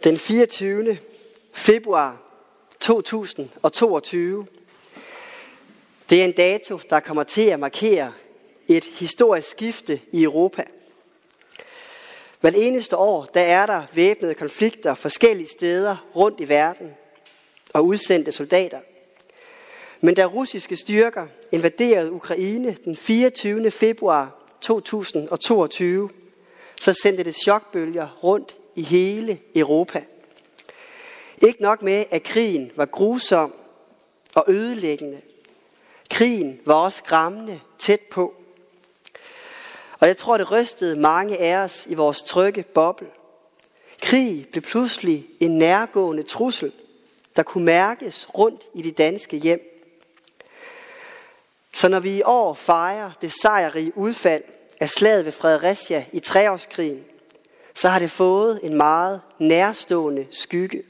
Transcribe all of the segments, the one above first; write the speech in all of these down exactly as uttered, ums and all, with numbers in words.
Den fireogtyvende februar to tusind og toogtyve. Det er en dato, der kommer til at markere et historisk skifte i Europa. Hvert eneste år, der er der væbnede konflikter forskellige steder rundt i verden og udsendte soldater. Men da russiske styrker invaderede Ukraine den fireogtyvende februar to tusind og toogtyve, så sendte det chokbølger rundt i hele Europa. Ikke nok med, at krigen var grusom og ødelæggende. Krigen var også skræmmende tæt på. Og jeg tror, det rystede mange af os i vores trygge boble. Krig blev pludselig en nærgående trussel, der kunne mærkes rundt i de danske hjem. Så når vi i år fejrer det sejrrige udfald af slaget ved Fredericia i treårskrigen, så har det fået en meget nærstående skygge.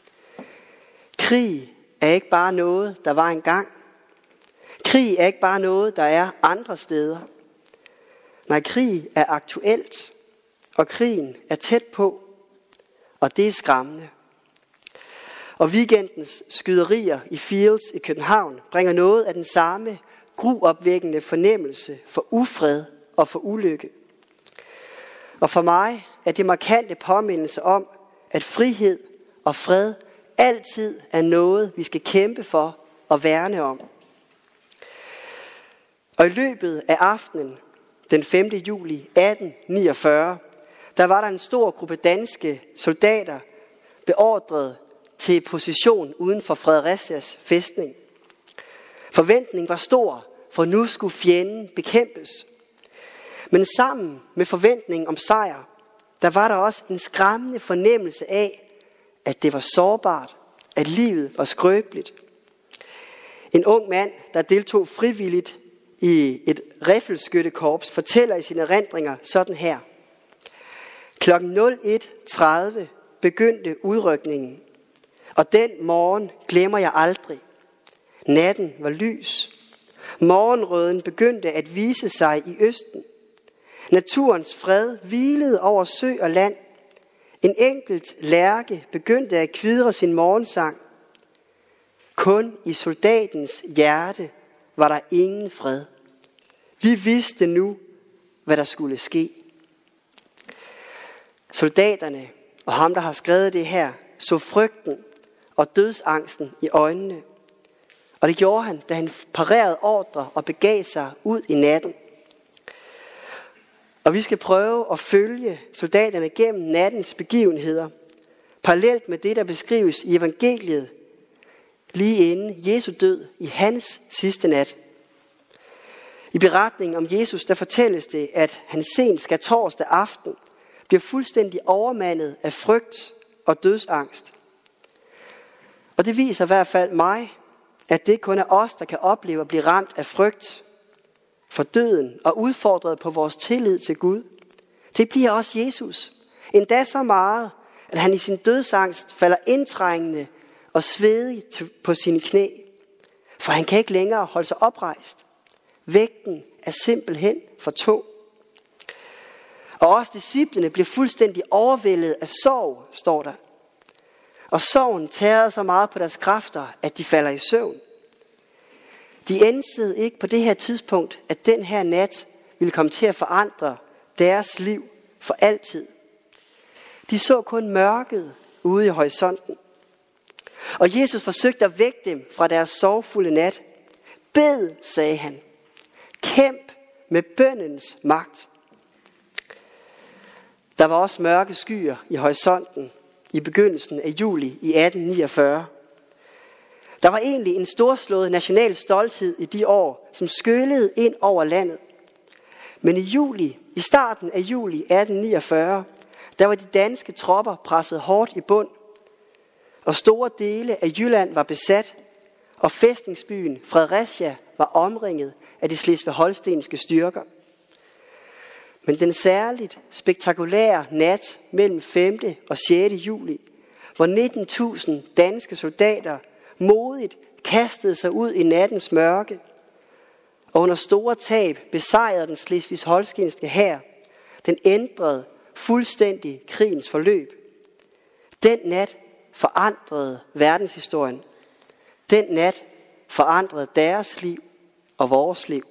Krig er ikke bare noget, der var engang. Krig er ikke bare noget, der er andre steder. Nej, krig er aktuelt, og krigen er tæt på, og det er skræmmende. Og weekendens skyderier i Fields i København bringer noget af den samme gruopvækkende fornemmelse for ufred og for ulykke. Og for mig er det markante påmindelse om, at frihed og fred altid er noget, vi skal kæmpe for og værne om. Og i løbet af aftenen, den femte juli atten niogfyrre, der var der en stor gruppe danske soldater beordret til position uden for Fredericias fæstning. Forventningen var stor, for nu skulle fjenden bekæmpes. Men sammen med forventningen om sejr, der var der også en skræmmende fornemmelse af, at det var sårbart, at livet var skrøbeligt. En ung mand, der deltog frivilligt i et riffelskyttekorps, fortæller i sine erindringer sådan her. Klokken nul et tredive begyndte udrykningen, og den morgen glemmer jeg aldrig. Natten var lys. Morgenrøden begyndte at vise sig i østen. Naturens fred hvilede over sø og land. En enkelt lærke begyndte at kvidre sin morgensang. Kun i soldatens hjerte var der ingen fred. Vi vidste nu, hvad der skulle ske. Soldaterne og ham, der har skrevet det her, så frygten og dødsangsten i øjnene. Og det gjorde han, da han parerede ordre og begav sig ud i natten. Og vi skal prøve at følge soldaterne gennem nattens begivenheder, parallelt med det, der beskrives i evangeliet, lige inden Jesu død i hans sidste nat. I beretningen om Jesus, der fortælles det, at han sent skærtorsdag aften bliver fuldstændig overmandet af frygt og dødsangst. Og det viser i hvert fald mig, at det kun er os, der kan opleve at blive ramt af frygt for døden og udfordret på vores tillid til Gud. Det bliver også Jesus. Endda så meget, at han i sin dødsangst falder indtrængende og svedig på sine knæ. For han kan ikke længere holde sig oprejst. Vægten er simpelthen for tung. Og også disciplene bliver fuldstændig overvældet af sorg, står der. Og sorgen tærede så meget på deres kræfter, at de falder i søvn. De indsede ikke på det her tidspunkt, at den her nat ville komme til at forandre deres liv for altid. De så kun mørket ude i horisonten. Og Jesus forsøgte at vække dem fra deres sorgfulde nat. Bed, sagde han. Kæmp med bønnens magt. Der var også mørke skyer i horisonten i begyndelsen af juli i atten niogfyrre. Der var egentlig en storslået national stolthed i de år, som skyllede ind over landet. Men i juli, i starten af juli atten niogfyrre, der var de danske tropper presset hårdt i bund, og store dele af Jylland var besat, og fæstningsbyen Fredericia var omringet af de slesvig-holstenske styrker. Men den særligt spektakulære nat mellem femte og sjette juli, hvor nitten tusind danske soldater modigt kastede sig ud i nattens mørke, og under store tab besejrede den slesvig-holstenske hær, den ændrede fuldstændig krigens forløb. Den nat forandrede verdenshistorien. Den nat forandrede deres liv og vores liv.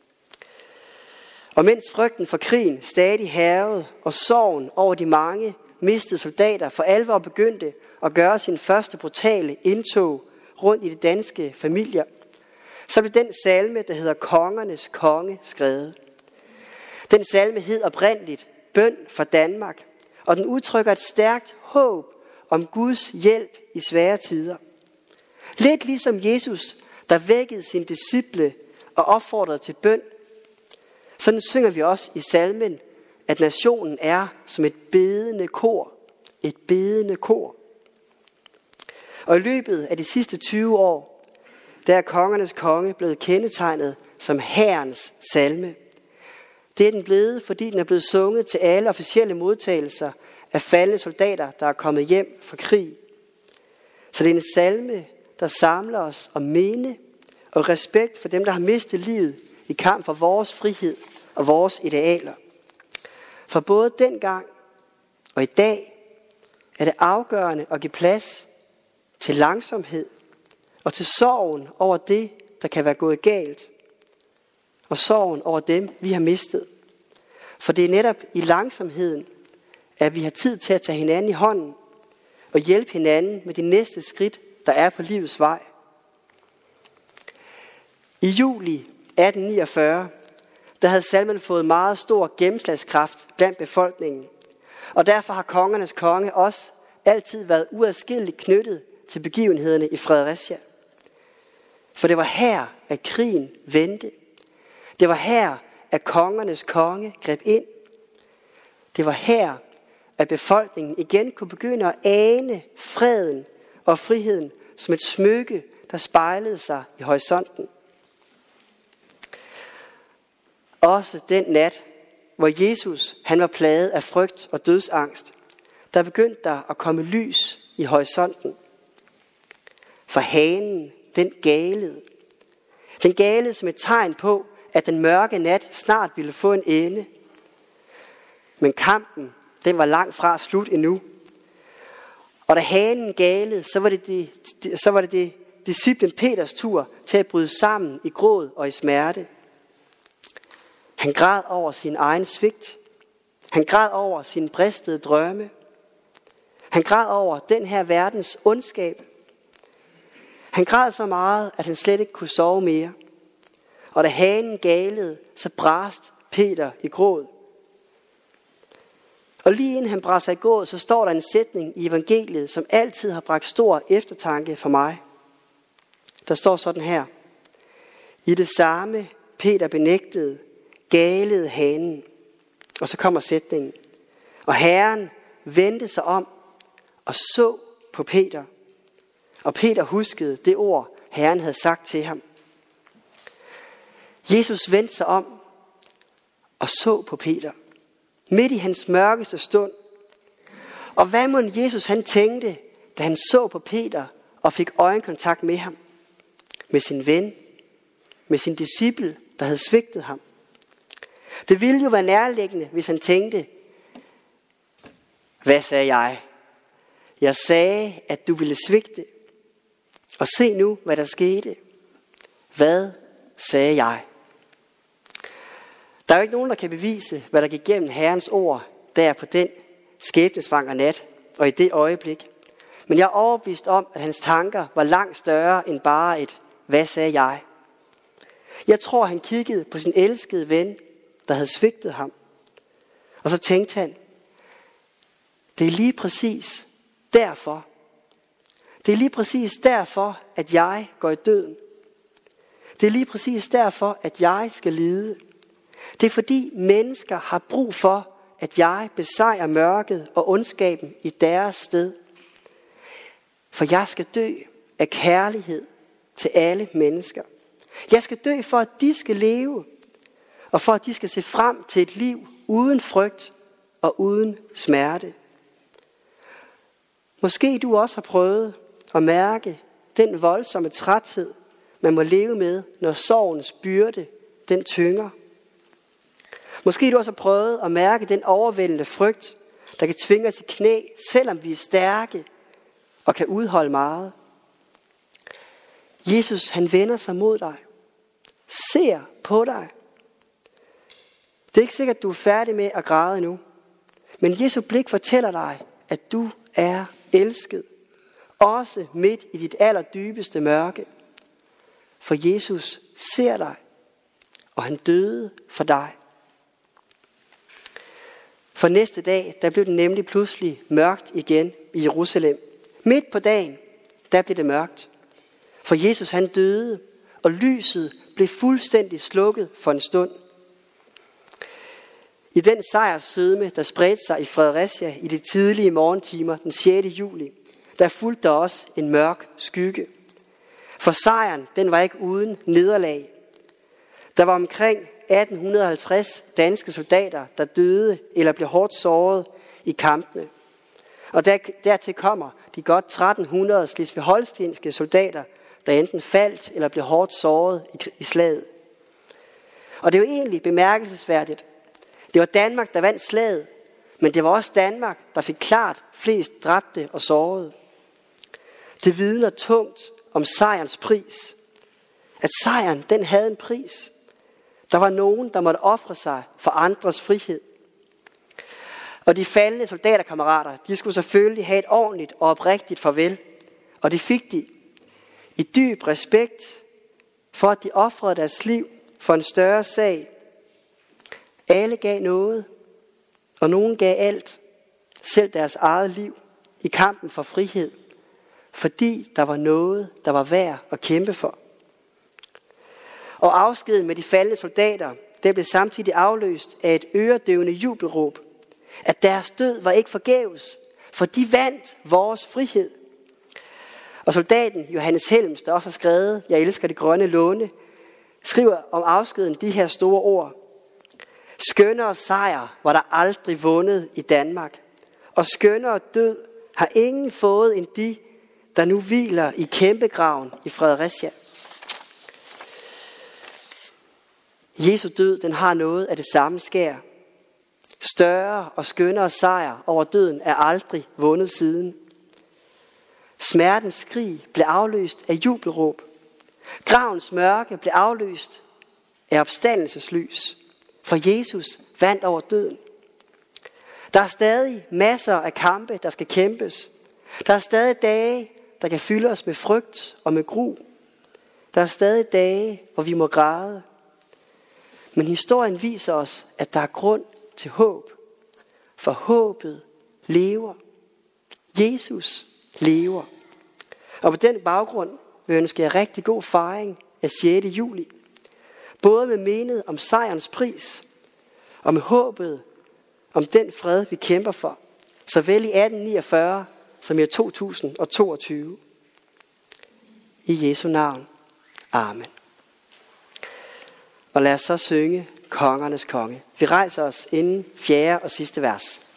Og mens frygten for krigen stadig hærgede, og sorgen over de mange mistede soldater for alvor begyndte at gøre sin første brutale indtog rundt i de danske familier, så blev den salme, der hedder Kongernes Konge, skrevet. Den salme hed oprindeligt Bøn for Danmark, og den udtrykker et stærkt håb om Guds hjælp i svære tider. Lidt ligesom Jesus, der vækkede sine disciple og opfordrede til bøn, sådan synger vi også i salmen, at nationen er som et bedende kor. Et bedende kor. Og i løbet af de sidste tyve år, der er kongernes konge blevet kendetegnet som hærens salme. Det er den blevet, fordi den er blevet sunget til alle officielle modtagelser af faldne soldater, der er kommet hjem fra krig. Så det er en salme, der samler os om minde og respekt for dem, der har mistet livet i kamp for vores frihed og vores idealer. For både dengang og i dag er det afgørende at give plads til langsomhed og til sorgen over det, der kan være gået galt. Og sorgen over dem, vi har mistet. For det er netop i langsomheden, at vi har tid til at tage hinanden i hånden og hjælpe hinanden med de næste skridt, der er på livets vej. I juli atten niogfyrre, der havde salmen fået meget stor gennemslagskraft blandt befolkningen. Og derfor har kongernes konge også altid været uadskilleligt knyttet til begivenhederne i Fredericia. For det var her, at krigen vendte. Det var her, at kongernes konge greb ind. Det var her, at befolkningen igen kunne begynde at ane freden og friheden som et smykke, der spejlede sig i horisonten. Også den nat, hvor Jesus han var plaget af frygt og dødsangst, der begyndte der at komme lys i horisonten. For hanen, den galede. Den galede som et tegn på, at den mørke nat snart ville få en ende. Men kampen, den var langt fra slut endnu. Og da hanen galede, så var det, det, så var det, det disciplen Peters tur til at bryde sammen i gråd og i smerte. Han græd over sin egen svigt. Han græd over sine bristede drømme. Han græd over den her verdens ondskab. Han græd så meget, at han slet ikke kunne sove mere. Og da hanen galede, så brast Peter i gråd. Og lige inden han brast sig i gråd, så står der en sætning i evangeliet, som altid har bragt stor eftertanke for mig. Der står sådan her. I det samme Peter benægtede, galede hanen. Og så kommer sætningen. Og Herren vendte sig om og så på Peter. Og Peter huskede det ord, Herren havde sagt til ham. Jesus vendte sig om og så på Peter. Midt i hans mørkeste stund. Og hvad må Jesus han tænkte, da han så på Peter og fik øjenkontakt med ham? Med sin ven. Med sin disciple, der havde svigtet ham. Det ville jo være nærliggende, hvis han tænkte, hvad sagde jeg? Jeg sagde, at du ville svigte. Og se nu, hvad der skete. Hvad sagde jeg? Der er jo ikke nogen, der kan bevise, hvad der gik gennem Herrens ord, der på den skæbnesvangre nat og i det øjeblik. Men jeg er overbevist om, at hans tanker var langt større end bare et, hvad sagde jeg? Jeg tror, han kiggede på sin elskede ven, der havde svigtet ham. Og så tænkte han, det er lige præcis derfor. Det er lige præcis derfor, at jeg går i døden. Det er lige præcis derfor, at jeg skal lide. Det er fordi mennesker har brug for, at jeg besejrer mørket og ondskaben i deres sted. For jeg skal dø af kærlighed til alle mennesker. Jeg skal dø for, at de skal leve. Og for, at de skal se frem til et liv uden frygt og uden smerte. Måske du også har prøvet at mærke den voldsomme træthed, man må leve med, når sorgens byrde, den tynger. Måske du også har prøvet at mærke den overvældende frygt, der kan tvinge os i knæ, selvom vi er stærke og kan udholde meget. Jesus, han vender sig mod dig, ser på dig. Det er ikke sikkert, at du er færdig med at græde nu, men Jesu blik fortæller dig, at du er elsket, også midt i dit allerdybeste mørke. For Jesus ser dig, og han døde for dig. For næste dag, der blev det nemlig pludselig mørkt igen i Jerusalem. Midt på dagen, der blev det mørkt. For Jesus han døde, og lyset blev fuldstændig slukket for en stund. I den sejrssødme, der spredte sig i Fredericia i de tidlige morgentimer den sjette juli, der fulgte der også en mørk skygge. For sejren, den var ikke uden nederlag. Der var omkring atten halvtreds danske soldater, der døde eller blev hårdt såret i kampene. Og der, dertil kommer de godt tretten hundrede slesvig-holstenske soldater, der enten faldt eller blev hårdt såret i, i slaget. Og det er jo egentlig bemærkelsesværdigt. Det var Danmark, der vandt slaget, men det var også Danmark, der fik klart flest dræbte og sårede. Det vidner tungt om sejrens pris. At sejren, den havde en pris. Der var nogen, der måtte ofre sig for andres frihed. Og de faldne soldaterkammerater, de skulle selvfølgelig have et ordentligt og oprigtigt farvel. Og det fik de. I dyb respekt for, at de ofrede deres liv for en større sag. Alle gav noget, og nogen gav alt, selv deres eget liv, i kampen for frihed. Fordi der var noget, der var værd at kæmpe for. Og afskeden med de faldne soldater, der blev samtidig afløst af et øredøvende jubelråb. At deres død var ikke forgæves, for de vandt vores frihed. Og soldaten Johannes Helms, der også har skrevet, jeg elsker det grønne låne, skriver om afskeden de her store ord. Skønnere sejr var der aldrig vundet i Danmark, og skønnere død har ingen fået end de, der nu hviler i kæmpegraven i Fredericia. Jesu død, den har noget af det samme skær. Større og skønnere sejr over døden er aldrig vundet siden. Smertens skrig blev afløst af jubelråb. Gravens mørke blev afløst af opstandelseslys. For Jesus vandt over døden. Der er stadig masser af kampe, der skal kæmpes. Der er stadig dage, der kan fylde os med frygt og med gru. Der er stadig dage, hvor vi må græde. Men historien viser os, at der er grund til håb. For håbet lever. Jesus lever. Og på den baggrund vil jeg ønske jer rigtig god fejring af sjette juli. Både med mindet om sejrens pris, og med håbet om den fred, vi kæmper for. Såvel i atten niogfyrre som i to tusind og toogtyve. I Jesu navn. Amen. Og lad os så synge kongernes konge. Vi rejser os inden fjerde og sidste vers.